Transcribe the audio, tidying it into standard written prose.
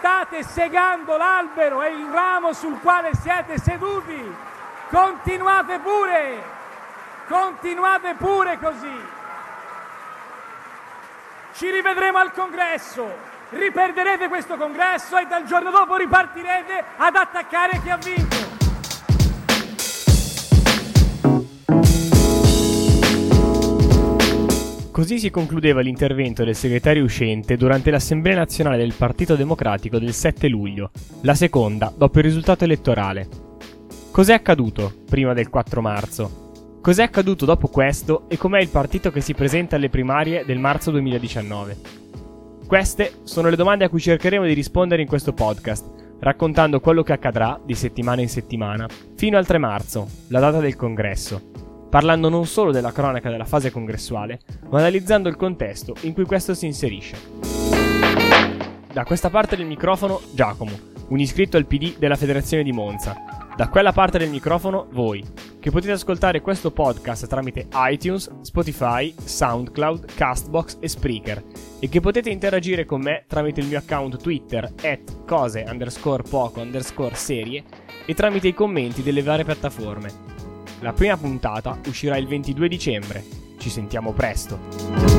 State segando l'albero e il ramo sul quale siete seduti. Continuate pure così. Ci rivedremo al congresso. Riperderete questo congresso e dal giorno dopo ripartirete ad attaccare chi ha vinto. Così si concludeva l'intervento del segretario uscente durante l'Assemblea Nazionale del Partito Democratico del 7 luglio, la seconda dopo il risultato elettorale. Cos'è accaduto prima del 4 marzo? Cos'è accaduto dopo questo e com'è il partito che si presenta alle primarie del marzo 2019? Queste sono le domande a cui cercheremo di rispondere in questo podcast, raccontando quello che accadrà di settimana in settimana fino al 3 marzo, la data del congresso. Parlando non solo della cronaca della fase congressuale, ma analizzando il contesto in cui questo si inserisce. Da questa parte del microfono Giacomo, un iscritto al PD della Federazione di Monza. Da quella parte del microfono voi, che potete ascoltare questo podcast tramite iTunes, Spotify, SoundCloud, Castbox e Spreaker, e che potete interagire con me tramite il mio account Twitter @cose_poco_serie e tramite i commenti delle varie piattaforme. La prima puntata uscirà il 22 dicembre. Ci sentiamo presto.